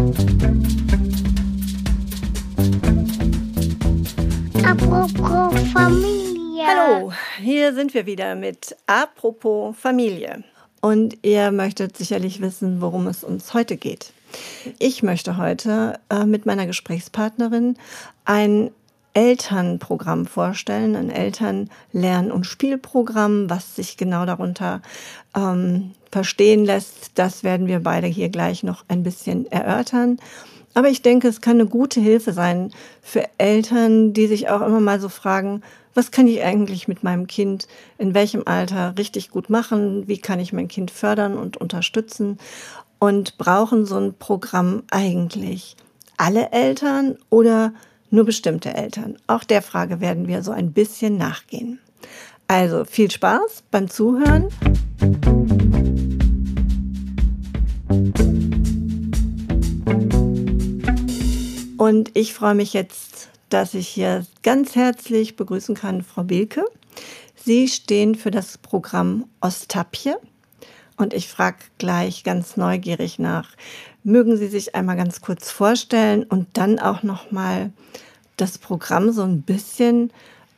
Apropos Familie. Hallo, hier sind wir wieder mit Apropos Familie. Und ihr möchtet sicherlich wissen, worum es uns heute geht. Ich möchte heute mit meiner Gesprächspartnerin ein Elternprogramm vorstellen, ein Elternlern- und Spielprogramm, was sich genau darunter verstehen lässt. Das werden wir beide hier gleich noch ein bisschen erörtern. Aber ich denke, es kann eine gute Hilfe sein für Eltern, die sich auch immer mal so fragen, was kann ich eigentlich mit meinem Kind in welchem Alter richtig gut machen? Wie kann ich mein Kind fördern und unterstützen? Und brauchen so ein Programm eigentlich alle Eltern oder nur bestimmte Eltern? Auch der Frage werden wir so ein bisschen nachgehen. Also viel Spaß beim Zuhören. Und ich freue mich jetzt, dass ich hier ganz herzlich begrüßen kann Frau Bilke. Sie stehen für das Programm Ostapje. Und ich frage gleich ganz neugierig nach, mögen Sie sich einmal ganz kurz vorstellen und dann auch nochmal das Programm so ein bisschen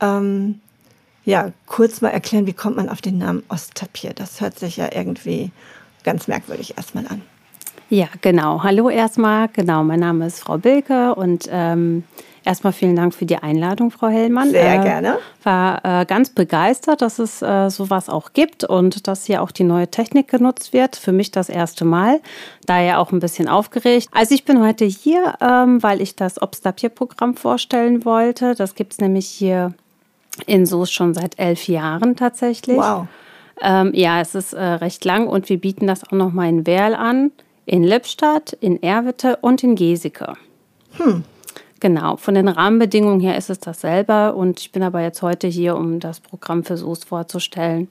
kurz mal erklären, wie kommt man auf den Namen Ostapje? Das hört sich ja irgendwie ganz merkwürdig erstmal an. Ja, genau. Hallo erstmal. Genau, mein Name ist Frau Bilke und erstmal vielen Dank für die Einladung, Frau Hellmann. Sehr gerne. War ganz begeistert, dass es sowas auch gibt und dass hier auch die neue Technik genutzt wird. Für mich das erste Mal, daher auch ein bisschen aufgeregt. Also ich bin heute hier, weil ich das Ostapje-Programm vorstellen wollte. Das gibt es nämlich hier in Soest schon seit 11 Jahren tatsächlich. Wow. Es ist recht lang und wir bieten das auch nochmal in Werl an. In Lippstadt, in Erwitte und in Geseke. Genau, von den Rahmenbedingungen her ist es dasselbe und ich bin aber jetzt heute hier, um das Programm für Soest vorzustellen.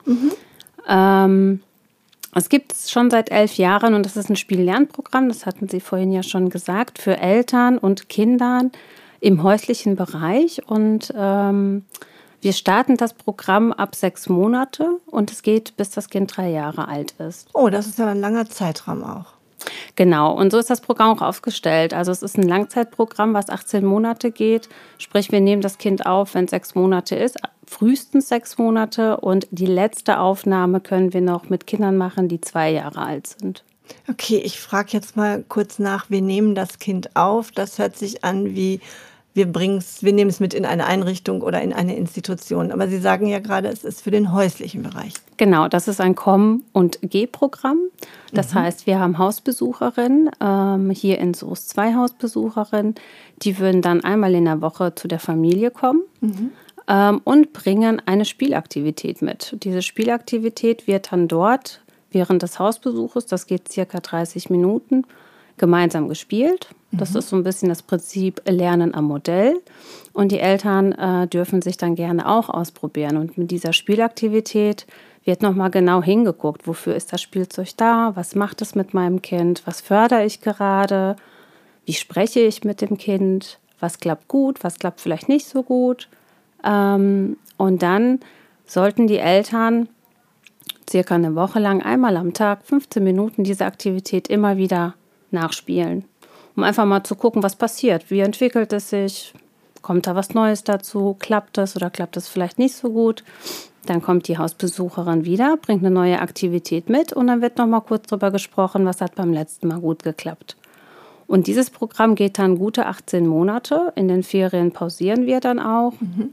Es gibt es schon seit 11 Jahren und das ist ein Spiel-Lernprogramm, das hatten Sie vorhin ja schon gesagt, für Eltern und Kindern im häuslichen Bereich und wir starten das Programm ab 6 Monate und es geht, bis das Kind 3 Jahre alt ist. Oh, das ist ja ein langer Zeitraum auch. Genau, und so ist das Programm auch aufgestellt. Also es ist ein Langzeitprogramm, was 18 Monate geht. Sprich, wir nehmen das Kind auf, wenn es 6 Monate ist, frühestens 6 Monate. Und die letzte Aufnahme können wir noch mit Kindern machen, die 2 Jahre alt sind. Okay, ich frage jetzt mal kurz nach, wir nehmen das Kind auf. Das hört sich an wie, wir nehmen es mit in eine Einrichtung oder in eine Institution. Aber Sie sagen ja gerade, es ist für den häuslichen Bereich. Genau, das ist ein Komm- und Geh-Programm. Das heißt, wir haben Hausbesucherinnen, hier in Soest 2 Hausbesucherinnen, die würden dann einmal in der Woche zu der Familie kommen und bringen eine Spielaktivität mit. Diese Spielaktivität wird dann dort während des Hausbesuches, das geht circa 30 Minuten, gemeinsam gespielt. Das ist so ein bisschen das Prinzip Lernen am Modell. Und die Eltern dürfen sich dann gerne auch ausprobieren. Und mit dieser Spielaktivität wird nochmal genau hingeguckt, wofür ist das Spielzeug da, was macht es mit meinem Kind, was fördere ich gerade, wie spreche ich mit dem Kind, was klappt gut, was klappt vielleicht nicht so gut. Und dann sollten die Eltern circa eine Woche lang einmal am Tag 15 Minuten diese Aktivität immer wieder nachspielen, um einfach mal zu gucken, was passiert, wie entwickelt es sich, kommt da was Neues dazu, klappt es oder klappt es vielleicht nicht so gut. Dann kommt die Hausbesucherin wieder, bringt eine neue Aktivität mit und dann wird noch mal kurz drüber gesprochen, was hat beim letzten Mal gut geklappt. Und dieses Programm geht dann gute 18 Monate. In den Ferien pausieren wir dann auch.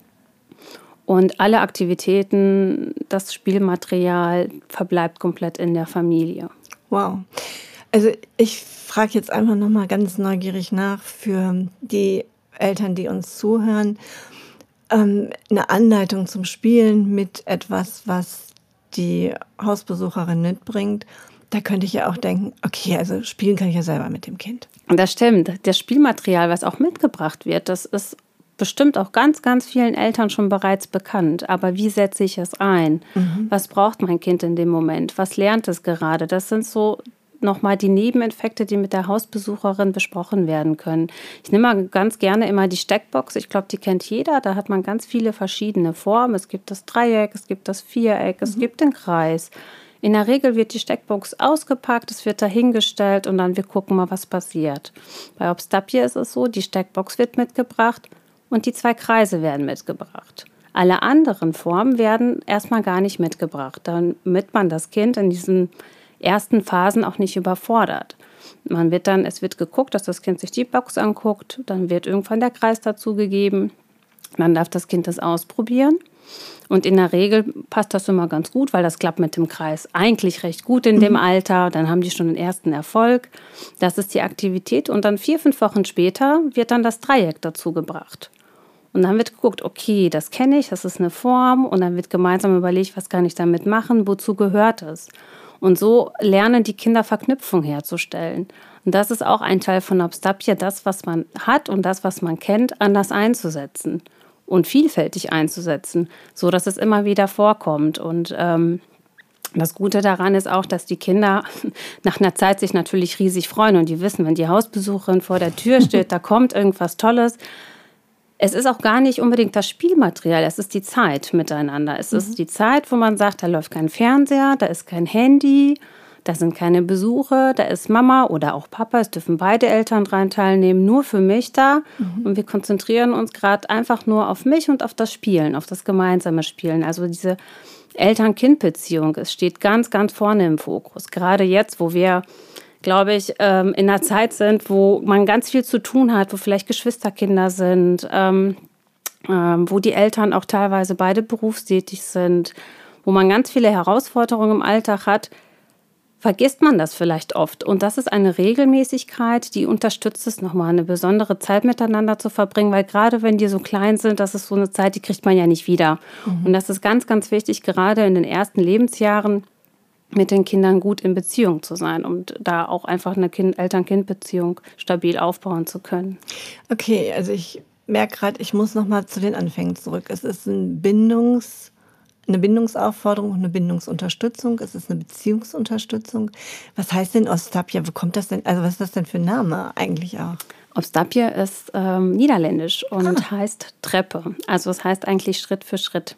Und alle Aktivitäten, das Spielmaterial verbleibt komplett in der Familie. Wow. Also ich frage jetzt einfach noch mal ganz neugierig nach für die Eltern, die uns zuhören. Eine Anleitung zum Spielen mit etwas, was die Hausbesucherin mitbringt, da könnte ich ja auch denken, okay, also spielen kann ich ja selber mit dem Kind. Das stimmt. Das Spielmaterial, was auch mitgebracht wird, das ist bestimmt auch ganz, ganz vielen Eltern schon bereits bekannt. Aber wie setze ich es ein? Was braucht mein Kind in dem Moment? Was lernt es gerade? Das sind so nochmal die Nebeneffekte, die mit der Hausbesucherin besprochen werden können. Ich nehme mal ganz gerne immer die Steckbox. Ich glaube, die kennt jeder. Da hat man ganz viele verschiedene Formen. Es gibt das Dreieck, es gibt das Viereck, es gibt den Kreis. In der Regel wird die Steckbox ausgepackt, es wird dahingestellt und dann wir gucken mal, was passiert. Bei Obstapje ist es so, die Steckbox wird mitgebracht und die 2 Kreise werden mitgebracht. Alle anderen Formen werden erstmal gar nicht mitgebracht, damit man das Kind in diesen ersten Phasen auch nicht überfordert. Es wird geguckt, dass das Kind sich die Box anguckt, dann wird irgendwann der Kreis dazu gegeben, dann darf das Kind das ausprobieren. Und in der Regel passt das immer ganz gut, weil das klappt mit dem Kreis eigentlich recht gut in dem Alter. Dann haben die schon den ersten Erfolg. Das ist die Aktivität. Und dann 4, 5 Wochen später wird dann das Dreieck dazu gebracht. Und dann wird geguckt, okay, das kenne ich, das ist eine Form. Und dann wird gemeinsam überlegt, was kann ich damit machen, wozu gehört es. Und so lernen die Kinder Verknüpfung herzustellen. Und das ist auch ein Teil von Obstapje, das, was man hat und das, was man kennt, anders einzusetzen und vielfältig einzusetzen, so dass es immer wieder vorkommt. Und das Gute daran ist auch, dass die Kinder nach einer Zeit sich natürlich riesig freuen und die wissen, wenn die Hausbesucherin vor der Tür steht, da kommt irgendwas Tolles. Es ist auch gar nicht unbedingt das Spielmaterial, es ist die Zeit miteinander. Es ist die Zeit, wo man sagt, da läuft kein Fernseher, da ist kein Handy, da sind keine Besuche, da ist Mama oder auch Papa, es dürfen beide Eltern dran teilnehmen, nur für mich da. Und wir konzentrieren uns gerade einfach nur auf mich und auf das Spielen, auf das gemeinsame Spielen. Also diese Eltern-Kind-Beziehung, es steht ganz, ganz vorne im Fokus. Gerade jetzt, wo wir, glaube ich, in einer Zeit sind, wo man ganz viel zu tun hat, wo vielleicht Geschwisterkinder sind, wo die Eltern auch teilweise beide berufstätig sind, wo man ganz viele Herausforderungen im Alltag hat, vergisst man das vielleicht oft. Und das ist eine Regelmäßigkeit, die unterstützt es nochmal, eine besondere Zeit miteinander zu verbringen, weil gerade wenn die so klein sind, das ist so eine Zeit, die kriegt man ja nicht wieder. Und das ist ganz, ganz wichtig, gerade in den ersten Lebensjahren mit den Kindern gut in Beziehung zu sein und da auch einfach eine Eltern-Kind-Beziehung stabil aufbauen zu können. Okay, also ich merke gerade, ich muss nochmal zu den Anfängen zurück. Es ist eine Bindungsaufforderung, eine Bindungsunterstützung, es ist eine Beziehungsunterstützung. Was heißt denn Obstapje? Wo kommt das denn? Also was ist das denn für ein Name eigentlich auch? Obstapje ist niederländisch und heißt Treppe. Also es heißt eigentlich Schritt für Schritt.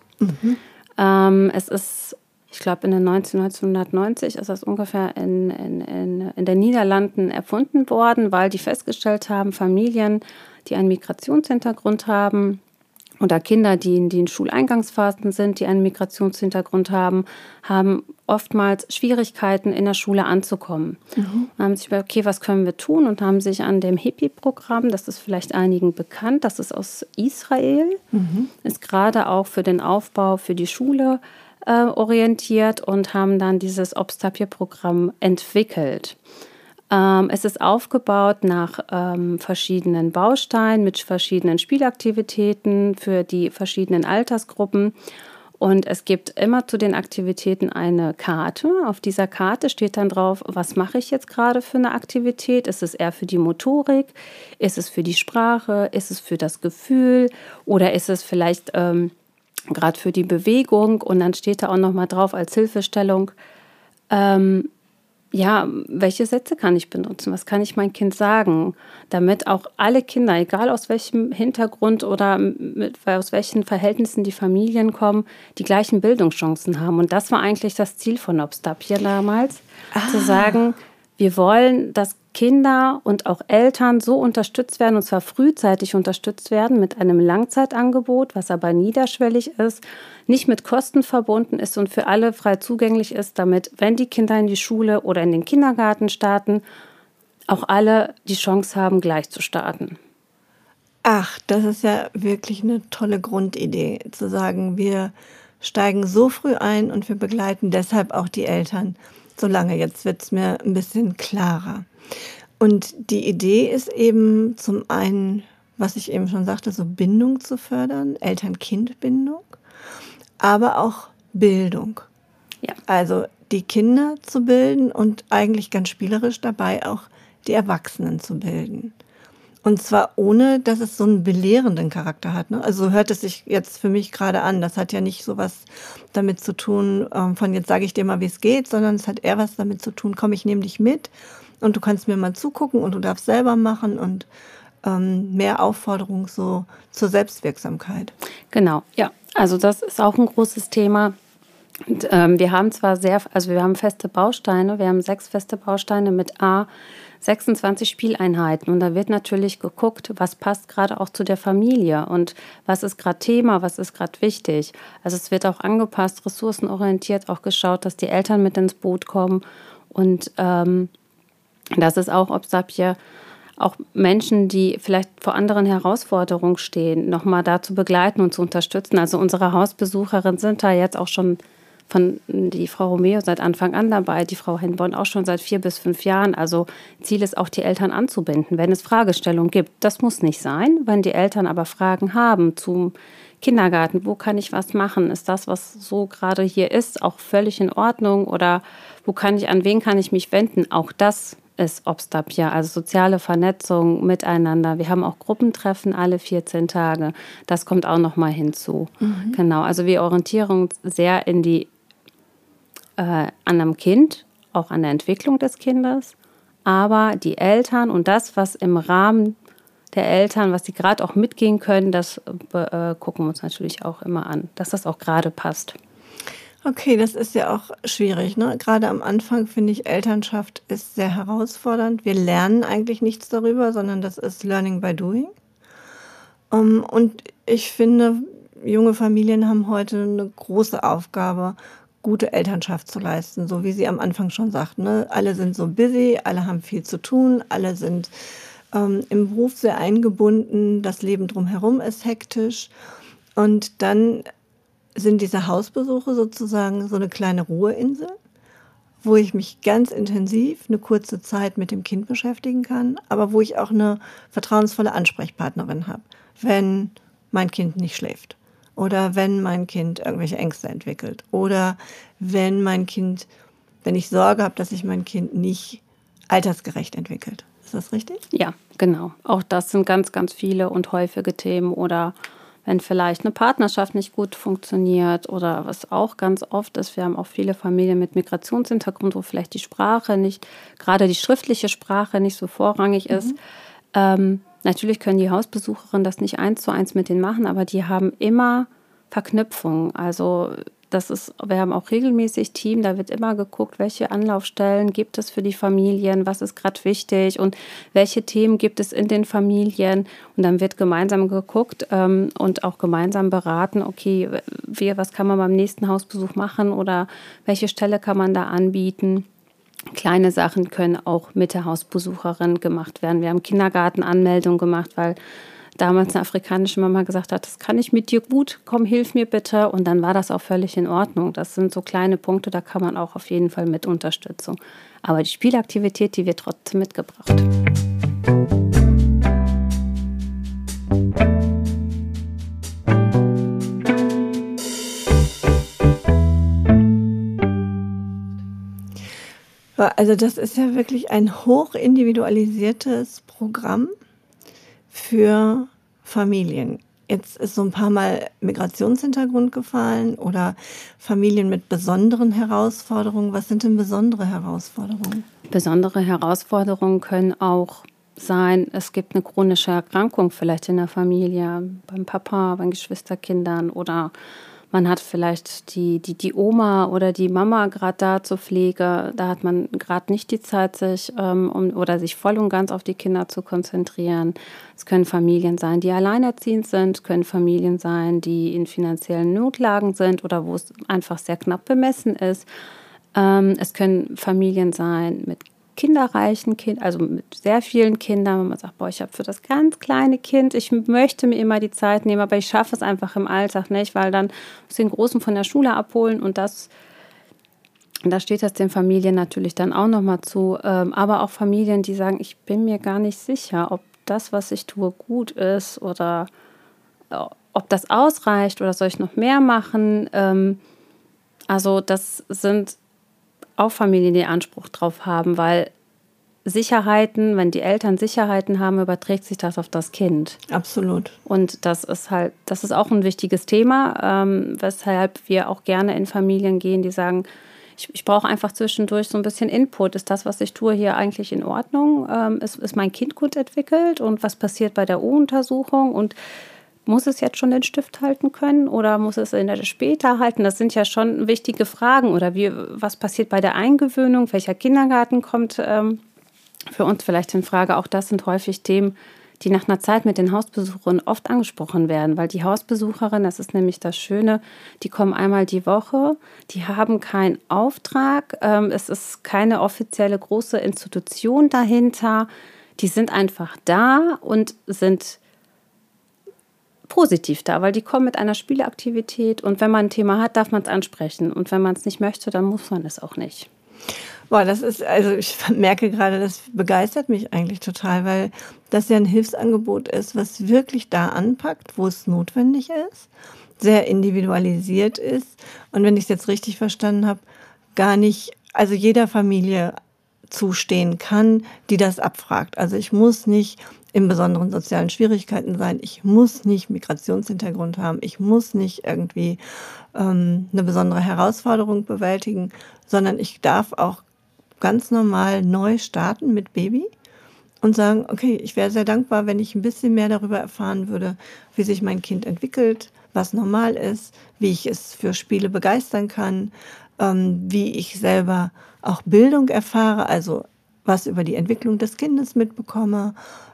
Es ist, ich glaube, 1990 ist das ungefähr in den Niederlanden erfunden worden, weil die festgestellt haben, Familien, die einen Migrationshintergrund haben, oder Kinder, die in den Schuleingangsphasen sind, die einen Migrationshintergrund haben, haben oftmals Schwierigkeiten, in der Schule anzukommen. Und haben sich überlegt, okay, was können wir tun? Und haben sich an dem HIPI-Programm, das ist vielleicht einigen bekannt, das ist aus Israel, ist gerade auch für den Aufbau für die Schule orientiert und haben dann dieses Obstapje-Programm entwickelt. Es ist aufgebaut nach verschiedenen Bausteinen mit verschiedenen Spielaktivitäten für die verschiedenen Altersgruppen. Und es gibt immer zu den Aktivitäten eine Karte. Auf dieser Karte steht dann drauf, was mache ich jetzt gerade für eine Aktivität? Ist es eher für die Motorik? Ist es für die Sprache? Ist es für das Gefühl? Oder ist es vielleicht gerade für die Bewegung? Und dann steht da auch nochmal drauf als Hilfestellung, welche Sätze kann ich benutzen? Was kann ich meinem Kind sagen? Damit auch alle Kinder, egal aus welchem Hintergrund oder aus welchen Verhältnissen die Familien kommen, die gleichen Bildungschancen haben. Und das war eigentlich das Ziel von Obstapje damals, zu sagen, wir wollen, dass Kinder und auch Eltern so unterstützt werden, und zwar frühzeitig unterstützt werden mit einem Langzeitangebot, was aber niederschwellig ist, nicht mit Kosten verbunden ist und für alle frei zugänglich ist, damit, wenn die Kinder in die Schule oder in den Kindergarten starten, auch alle die Chance haben, gleich zu starten. Ach, das ist ja wirklich eine tolle Grundidee, zu sagen, wir steigen so früh ein und wir begleiten deshalb auch die Eltern. Solange, jetzt wird es mir ein bisschen klarer. Und die Idee ist eben zum einen, was ich eben schon sagte, so Bindung zu fördern, Eltern-Kind-Bindung, aber auch Bildung. Ja. Also die Kinder zu bilden und eigentlich ganz spielerisch dabei auch die Erwachsenen zu bilden. Und zwar ohne, dass es so einen belehrenden Charakter hat. Ne? Also so hört es sich jetzt für mich gerade an. Das hat ja nicht so was damit zu tun, von jetzt sage ich dir mal, wie es geht, sondern es hat eher was damit zu tun, komm, ich nehme dich mit und du kannst mir mal zugucken und du darfst selber machen und mehr Aufforderung so zur Selbstwirksamkeit. Genau, ja. Also das ist auch ein großes Thema. Und, wir haben wir haben feste Bausteine, wir haben 6 feste Bausteine mit 26 Spieleinheiten. Und da wird natürlich geguckt, was passt gerade auch zu der Familie und was ist gerade Thema, was ist gerade wichtig. Also es wird auch angepasst, ressourcenorientiert auch geschaut, dass die Eltern mit ins Boot kommen. Und das ist auch, ob es hier auch Menschen, die vielleicht vor anderen Herausforderungen stehen, nochmal da zu begleiten und zu unterstützen. Also unsere Hausbesucherinnen sind da jetzt auch schon die Frau Romeo seit Anfang an dabei, die Frau Henborn auch schon seit 4 bis 5 Jahren. Also Ziel ist auch, die Eltern anzubinden, wenn es Fragestellungen gibt. Das muss nicht sein. Wenn die Eltern aber Fragen haben zum Kindergarten, wo kann ich was machen? Ist das, was so gerade hier ist, auch völlig in Ordnung? Oder an wen kann ich mich wenden? Auch das ist Obstapia, also soziale Vernetzung miteinander. Wir haben auch Gruppentreffen alle 14 Tage. Das kommt auch noch mal hinzu. Genau, also wir orientieren uns sehr an einem Kind, auch an der Entwicklung des Kindes, aber die Eltern und das, was im Rahmen der Eltern, was sie gerade auch mitgehen können, das gucken wir uns natürlich auch immer an, dass das auch gerade passt. Okay, das ist ja auch schwierig, ne? Gerade am Anfang finde ich, Elternschaft ist sehr herausfordernd. Wir lernen eigentlich nichts darüber, sondern das ist Learning by Doing. Und ich finde, junge Familien haben heute eine große Aufgabe, gute Elternschaft zu leisten, so wie Sie am Anfang schon sagten. Ne? Alle sind so busy, alle haben viel zu tun, alle sind im Beruf sehr eingebunden, das Leben drumherum ist hektisch. Und dann sind diese Hausbesuche sozusagen so eine kleine Ruheinsel, wo ich mich ganz intensiv eine kurze Zeit mit dem Kind beschäftigen kann, aber wo ich auch eine vertrauensvolle Ansprechpartnerin habe, wenn mein Kind nicht schläft oder wenn mein Kind irgendwelche Ängste entwickelt oder wenn ich Sorge habe, dass sich mein Kind nicht altersgerecht entwickelt. Ist das richtig? Ja, genau. Auch das sind ganz, ganz viele und häufige Themen. Oder wenn vielleicht eine Partnerschaft nicht gut funktioniert oder was auch ganz oft ist, wir haben auch viele Familien mit Migrationshintergrund, wo vielleicht die Sprache nicht, gerade die schriftliche Sprache nicht so vorrangig ist. Natürlich können die Hausbesucherinnen das nicht 1:1 mit denen machen, aber die haben immer Verknüpfungen. Also wir haben auch regelmäßig Team, da wird immer geguckt, welche Anlaufstellen gibt es für die Familien, was ist gerade wichtig und welche Themen gibt es in den Familien. Und dann wird gemeinsam geguckt und auch gemeinsam beraten, okay, was kann man beim nächsten Hausbesuch machen oder welche Stelle kann man da anbieten. Kleine Sachen können auch mit der Hausbesucherin gemacht werden. Wir haben Kindergartenanmeldung gemacht, weil damals eine afrikanische Mama gesagt hat, das kann ich mit dir gut, komm, hilf mir bitte. Und dann war das auch völlig in Ordnung. Das sind so kleine Punkte, da kann man auch auf jeden Fall mit Unterstützung. Aber die Spielaktivität, die wird trotzdem mitgebracht. Also das ist ja wirklich ein hochindividualisiertes Programm für Familien. Jetzt ist so ein paar Mal Migrationshintergrund gefallen oder Familien mit besonderen Herausforderungen. Was sind denn besondere Herausforderungen? Besondere Herausforderungen können auch sein, es gibt eine chronische Erkrankung vielleicht in der Familie, beim Papa, bei Geschwisterkindern oder man hat vielleicht die Oma oder die Mama gerade da zur Pflege. Da hat man gerade nicht die Zeit, sich voll und ganz auf die Kinder zu konzentrieren. Es können Familien sein, die alleinerziehend sind, können Familien sein, die in finanziellen Notlagen sind oder wo es einfach sehr knapp bemessen ist. Es können Familien sein mit kinderreichen Kindern, also mit sehr vielen Kindern, wenn man sagt, ich habe für das ganz kleine Kind, ich möchte mir immer die Zeit nehmen, aber ich schaffe es einfach im Alltag nicht, weil dann muss ich den Großen von der Schule abholen und da steht das den Familien natürlich dann auch nochmal zu, aber auch Familien, die sagen, ich bin mir gar nicht sicher, ob das, was ich tue, gut ist oder ob das ausreicht oder soll ich noch mehr machen. Also das sind auch Familien, die Anspruch drauf haben, weil wenn die Eltern Sicherheiten haben, überträgt sich das auf das Kind. Absolut. Und das ist auch ein wichtiges Thema, weshalb wir auch gerne in Familien gehen, die sagen, ich brauche einfach zwischendurch so ein bisschen Input. Ist das, was ich tue, hier eigentlich in Ordnung? Ist mein Kind gut entwickelt? Und was passiert bei der U-Untersuchung? Und muss es jetzt schon den Stift halten können oder muss es später halten? Das sind ja schon wichtige Fragen. Oder was passiert bei der Eingewöhnung? Welcher Kindergarten kommt für uns vielleicht in Frage? Auch das sind häufig Themen, die nach einer Zeit mit den Hausbesuchern oft angesprochen werden. Weil die Hausbesucherin, das ist nämlich das Schöne, die kommen einmal die Woche, die haben keinen Auftrag, es ist keine offizielle große Institution dahinter. Die sind einfach da und sind positiv da, weil die kommen mit einer Spielaktivität und wenn man ein Thema hat, darf man es ansprechen und wenn man es nicht möchte, dann muss man es auch nicht. Boah, ich merke gerade, das begeistert mich eigentlich total, weil das ja ein Hilfsangebot ist, was wirklich da anpackt, wo es notwendig ist, sehr individualisiert ist und wenn ich es jetzt richtig verstanden habe, gar nicht, also jeder Familie zustehen kann, die das abfragt. Also ich muss nicht in besonderen sozialen Schwierigkeiten sein. Ich muss nicht Migrationshintergrund haben. Ich muss nicht irgendwie eine besondere Herausforderung bewältigen, sondern ich darf auch ganz normal neu starten mit Baby und sagen, okay, ich wäre sehr dankbar, wenn ich ein bisschen mehr darüber erfahren würde, wie sich mein Kind entwickelt, was normal ist, wie ich es für Spiele begeistern kann, wie ich selber auch Bildung erfahre, also was über die Entwicklung des Kindes mitbekomme,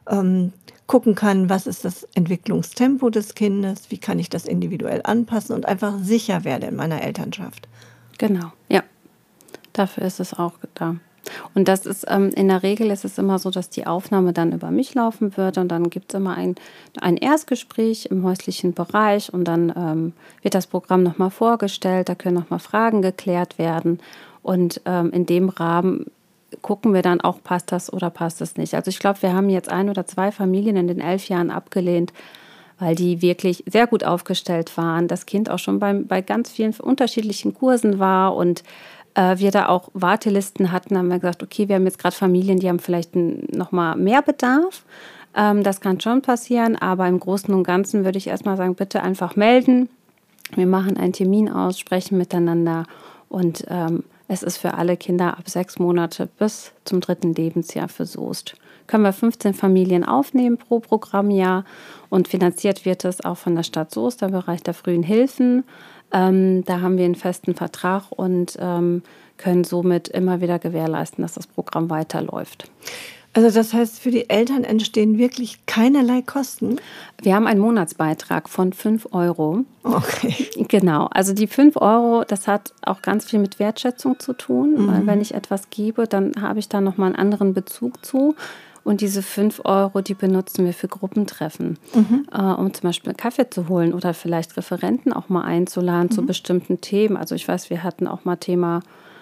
gucken kann, was ist das Entwicklungstempo des Kindes, wie kann ich das individuell anpassen und einfach sicher werde in meiner Elternschaft. Genau, ja. Dafür ist es auch da. Und das ist in der Regel ist es immer so, dass die Aufnahme dann über mich laufen wird und dann gibt es immer ein Erstgespräch im häuslichen Bereich und dann wird das Programm nochmal vorgestellt, da können nochmal Fragen geklärt werden und in dem Rahmen gucken wir dann auch, passt das oder passt es nicht. Also ich glaube, wir haben jetzt 1 oder 2 Familien in den 11 Jahren abgelehnt, weil die wirklich sehr gut aufgestellt waren, das Kind auch schon bei ganz vielen unterschiedlichen Kursen war und wir da auch Wartelisten hatten, haben wir gesagt, okay, wir haben jetzt gerade Familien, die haben vielleicht noch mal mehr Bedarf. Das kann schon passieren, aber im Großen und Ganzen würde ich erstmal sagen, bitte einfach melden. Wir machen einen Termin aus, sprechen miteinander und es ist für alle Kinder ab 6 Monate bis zum 3. Lebensjahr für Soest. Können wir 15 Familien aufnehmen pro Programmjahr und finanziert wird es auch von der Stadt Soest, der Bereich der frühen Hilfen. Da haben wir einen festen Vertrag und können somit immer wieder gewährleisten, dass das Programm weiterläuft. Also das heißt, für die Eltern entstehen wirklich keinerlei Kosten? Wir haben einen Monatsbeitrag von 5 €. Okay. Genau, also die 5 €, das hat auch ganz viel mit Wertschätzung zu tun, weil wenn ich etwas gebe, dann habe ich da nochmal einen anderen Bezug zu. Und diese 5 €, die benutzen wir für Gruppentreffen, um zum Beispiel Kaffee zu holen oder vielleicht Referenten auch mal einzuladen zu bestimmten Themen. Also ich weiß, wir hatten auch mal Thema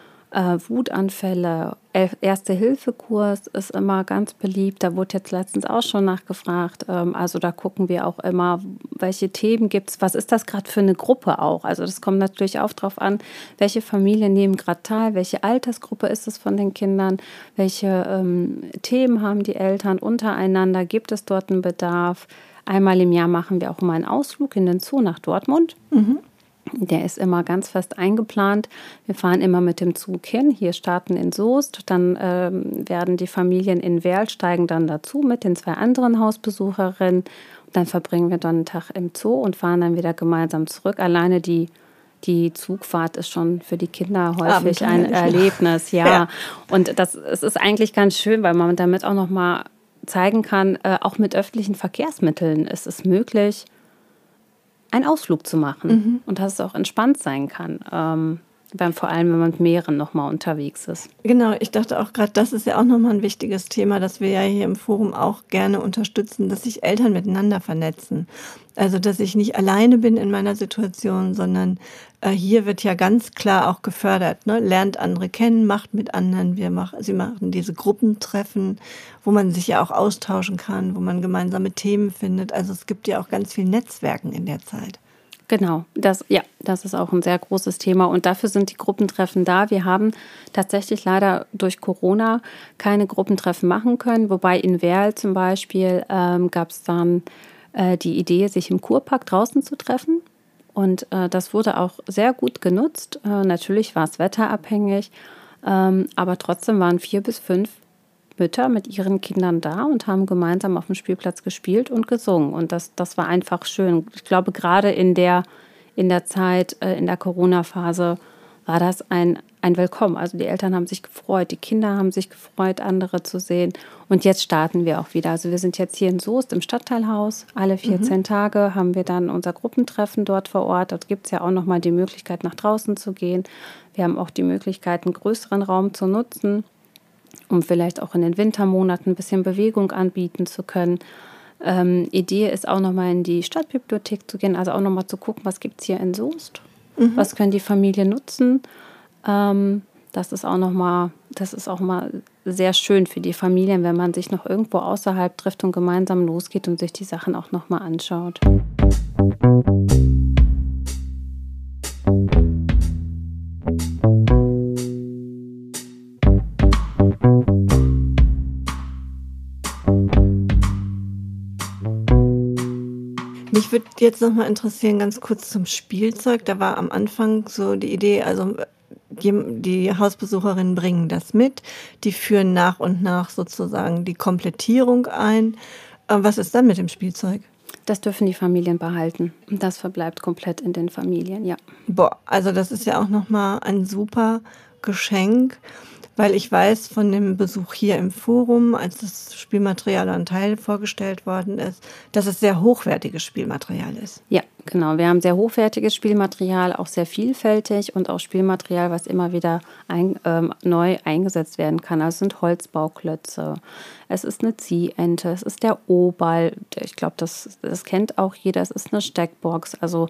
Wutanfälle. Erste-Hilfe-Kurs ist immer ganz beliebt. Da wurde jetzt letztens auch schon nachgefragt. Also da gucken wir auch immer, welche Themen gibt es. Was ist das gerade für eine Gruppe auch? Also das kommt natürlich auch drauf an, welche Familien nehmen gerade teil, welche Altersgruppe ist es von den Kindern, welche Themen haben die Eltern untereinander, gibt es dort einen Bedarf. Einmal im Jahr machen wir auch immer einen Ausflug in den Zoo nach Dortmund. Der ist immer ganz fest eingeplant. Wir fahren immer mit dem Zug hin. Hier starten in Soest. Dann werden die Familien in Werl steigen dann dazu mit den 2 anderen Hausbesucherinnen. Dann verbringen wir dann einen Tag im Zoo und fahren dann wieder gemeinsam zurück. Alleine die Zugfahrt ist schon für die Kinder häufig ein Erlebnis. Ja. Und es ist eigentlich ganz schön, weil man damit auch noch mal zeigen kann, auch mit öffentlichen Verkehrsmitteln ist es möglich, einen Ausflug zu machen und dass es auch entspannt sein kann, vor allem wenn man mit mehreren nochmal unterwegs ist. Genau, ich dachte auch gerade, das ist ja auch nochmal ein wichtiges Thema, das wir ja hier im Forum auch gerne unterstützen, dass sich Eltern miteinander vernetzen. Also, dass ich nicht alleine bin in meiner Situation, sondern hier wird ja ganz klar auch gefördert, ne? Lernt andere kennen, macht mit anderen. Sie machen diese Gruppentreffen, wo man sich ja auch austauschen kann, wo man gemeinsame Themen findet. Also es gibt ja auch ganz viel Netzwerken in der Zeit. Genau, das ist auch ein sehr großes Thema und dafür sind die Gruppentreffen da. Wir haben tatsächlich leider durch Corona keine Gruppentreffen machen können, wobei in Werl zum Beispiel gab es dann die Idee, sich im Kurpark draußen zu treffen und das wurde auch sehr gut genutzt. Natürlich war es wetterabhängig, aber trotzdem waren 4 bis 5 Mütter mit ihren Kindern da und haben gemeinsam auf dem Spielplatz gespielt und gesungen. Und das war einfach schön. Ich glaube, gerade in der Zeit, in der Corona-Phase, war das ein Willkommen. Also die Eltern haben sich gefreut, die Kinder haben sich gefreut, andere zu sehen. Und jetzt starten wir auch wieder. Also wir sind jetzt hier in Soest im Stadtteilhaus. Alle 14 Tage haben wir dann unser Gruppentreffen dort vor Ort. Dort gibt es ja auch nochmal die Möglichkeit, nach draußen zu gehen. Wir haben auch die Möglichkeit, einen größeren Raum zu nutzen, um vielleicht auch in den Wintermonaten ein bisschen Bewegung anbieten zu können. Idee ist auch nochmal in die Stadtbibliothek zu gehen, also auch nochmal zu gucken, was gibt es hier in Soest, was können die Familien nutzen. Das ist auch mal sehr schön für die Familien, wenn man sich noch irgendwo außerhalb trifft und gemeinsam losgeht und sich die Sachen auch nochmal anschaut. Mich würde jetzt nochmal interessieren, ganz kurz zum Spielzeug. Da war am Anfang so die Idee, also die Hausbesucherinnen bringen das mit, die führen nach und nach sozusagen die Komplettierung ein. Was ist dann mit dem Spielzeug? Das dürfen die Familien behalten. Das verbleibt komplett in den Familien, ja. Boah, also das ist ja auch nochmal ein super Geschenk, weil ich weiß von dem Besuch hier im Forum, als das Spielmaterial an Teil vorgestellt worden ist, dass es sehr hochwertiges Spielmaterial ist. Ja, genau. Wir haben sehr hochwertiges Spielmaterial, auch sehr vielfältig und auch Spielmaterial, was immer wieder neu eingesetzt werden kann. Also es sind Holzbauklötze, es ist eine Ziehente, es ist der O-Ball. Ich glaube, das kennt auch jeder. Es ist eine Steckbox, also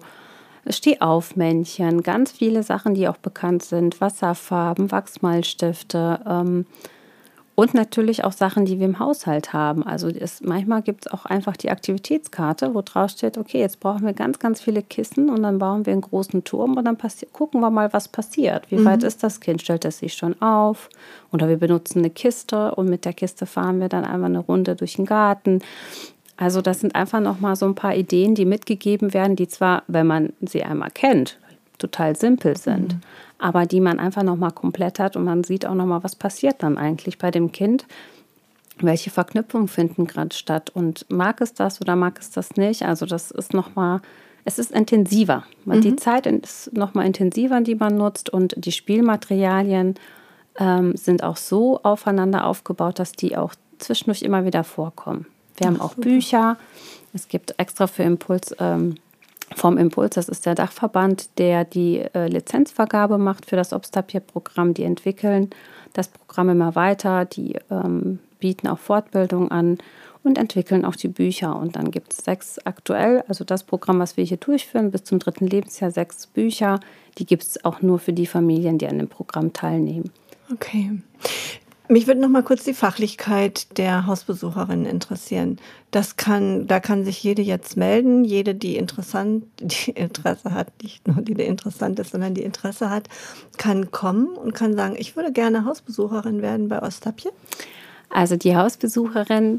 Stehaufmännchen, ganz viele Sachen, die auch bekannt sind, Wasserfarben, Wachsmalstifte und natürlich auch Sachen, die wir im Haushalt haben. Also manchmal gibt es auch einfach die Aktivitätskarte, wo drauf steht, okay, jetzt brauchen wir ganz, ganz viele Kissen und dann bauen wir einen großen Turm und dann gucken wir mal, was passiert. Wie weit ist das Kind? Stellt es sich schon auf? Oder wir benutzen eine Kiste und mit der Kiste fahren wir dann einmal eine Runde durch den Garten. Also das sind einfach nochmal so ein paar Ideen, die mitgegeben werden, die zwar, wenn man sie einmal kennt, total simpel sind, aber die man einfach nochmal komplett hat und man sieht auch nochmal, was passiert dann eigentlich bei dem Kind, welche Verknüpfungen finden gerade statt und mag es das oder mag es das nicht. Also das ist nochmal, es ist intensiver. Die Zeit ist nochmal intensiver, die man nutzt und die Spielmaterialien sind auch so aufeinander aufgebaut, dass die auch zwischendurch immer wieder vorkommen. Wir haben auch Bücher. Es gibt extra für Impuls, vom Impuls, das ist der Dachverband, der die Lizenzvergabe macht für das Obstapierprogramm. Die entwickeln das Programm immer weiter, die bieten auch Fortbildung an und entwickeln auch die Bücher. Und dann gibt es 6 aktuell, also das Programm, was wir hier durchführen, bis zum 3. Lebensjahr 6 Bücher. Die gibt es auch nur für die Familien, die an dem Programm teilnehmen. Okay. Mich würde noch mal kurz die Fachlichkeit der Hausbesucherinnen interessieren. Da kann sich jede jetzt melden, jede, die Interesse hat, nicht nur die interessant ist, sondern die Interesse hat, kann kommen und kann sagen, ich würde gerne Hausbesucherin werden bei Ostapje. Also die Hausbesucherin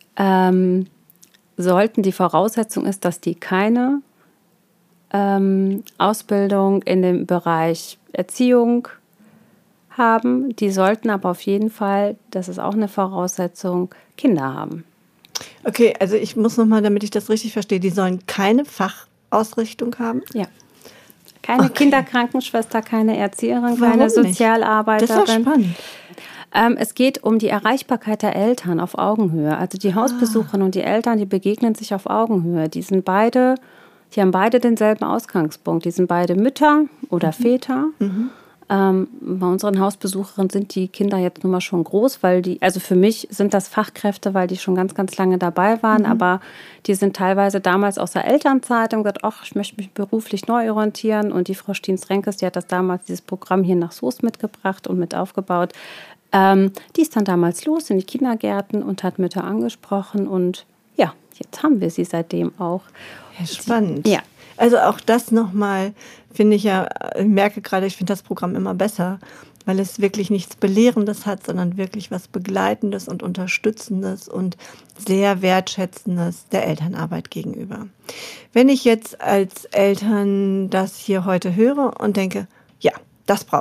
die Voraussetzung ist, dass die keine Ausbildung in dem Bereich Erziehung haben. Die sollten aber auf jeden Fall, das ist auch eine Voraussetzung, Kinder haben. Okay, also ich muss nochmal, damit ich das richtig verstehe, die sollen keine Fachausrichtung haben? Ja. Keine Kinderkrankenschwester, keine Erzieherin, Warum keine Sozialarbeiterin. Das ist ja spannend. Es geht um die Erreichbarkeit der Eltern auf Augenhöhe. Also die Hausbesucherin und die Eltern, die begegnen sich auf Augenhöhe. Die haben beide denselben Ausgangspunkt. Die sind beide Mütter oder Väter. Bei unseren Hausbesucherinnen sind die Kinder jetzt nun mal schon groß, also für mich sind das Fachkräfte, weil die schon ganz, ganz lange dabei waren, aber die sind teilweise damals aus der Elternzeit und gesagt, ich möchte mich beruflich neu orientieren und die Frau Stiens-Renkes, die hat das damals, dieses Programm hier nach Soest mitgebracht und mit aufgebaut. Die ist dann damals los in die Kindergärten und hat Mütter angesprochen und ja, jetzt haben wir sie seitdem auch. Ja, spannend. Ja. Also auch das nochmal finde ich merke gerade, ich finde das Programm immer besser, weil es wirklich nichts Belehrendes hat, sondern wirklich was Begleitendes und Unterstützendes und sehr Wertschätzendes der Elternarbeit gegenüber. Wenn ich jetzt als Eltern das hier heute höre und denke, ja, das brauche ich.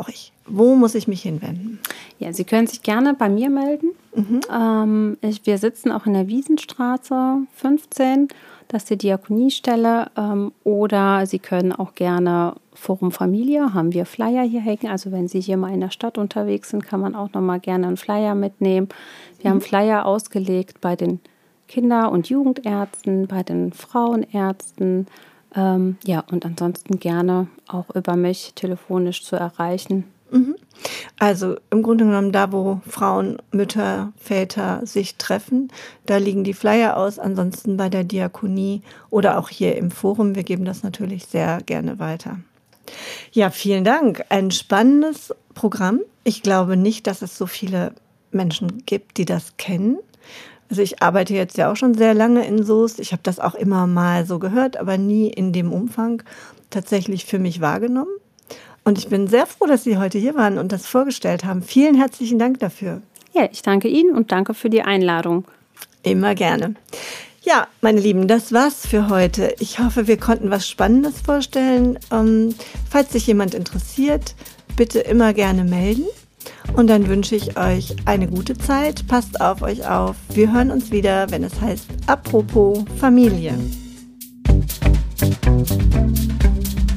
Wo muss ich mich hinwenden? Ja, Sie können sich gerne bei mir melden. Wir sitzen auch in der Wiesenstraße 15, das ist die Diakoniestelle. Oder Sie können auch gerne Forum Familie, haben wir Flyer hier hängen. Also wenn Sie hier mal in der Stadt unterwegs sind, kann man auch noch mal gerne einen Flyer mitnehmen. Wir haben Flyer ausgelegt bei den Kinder- und Jugendärzten, bei den Frauenärzten. Und ansonsten gerne auch über mich telefonisch zu erreichen. Also im Grunde genommen da, wo Frauen, Mütter, Väter sich treffen, da liegen die Flyer aus. Ansonsten bei der Diakonie oder auch hier im Forum. Wir geben das natürlich sehr gerne weiter. Ja, vielen Dank. Ein spannendes Programm. Ich glaube nicht, dass es so viele Menschen gibt, die das kennen. Also ich arbeite jetzt ja auch schon sehr lange in Soest. Ich habe das auch immer mal so gehört, aber nie in dem Umfang tatsächlich für mich wahrgenommen. Und ich bin sehr froh, dass Sie heute hier waren und das vorgestellt haben. Vielen herzlichen Dank dafür. Ja, ich danke Ihnen und danke für die Einladung. Immer gerne. Ja, meine Lieben, das war's für heute. Ich hoffe, wir konnten was Spannendes vorstellen. Falls sich jemand interessiert, bitte immer gerne melden. Und dann wünsche ich euch eine gute Zeit. Passt auf euch auf. Wir hören uns wieder, wenn es heißt Apropos Familie.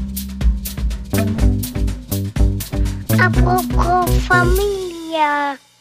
Apropos Familie.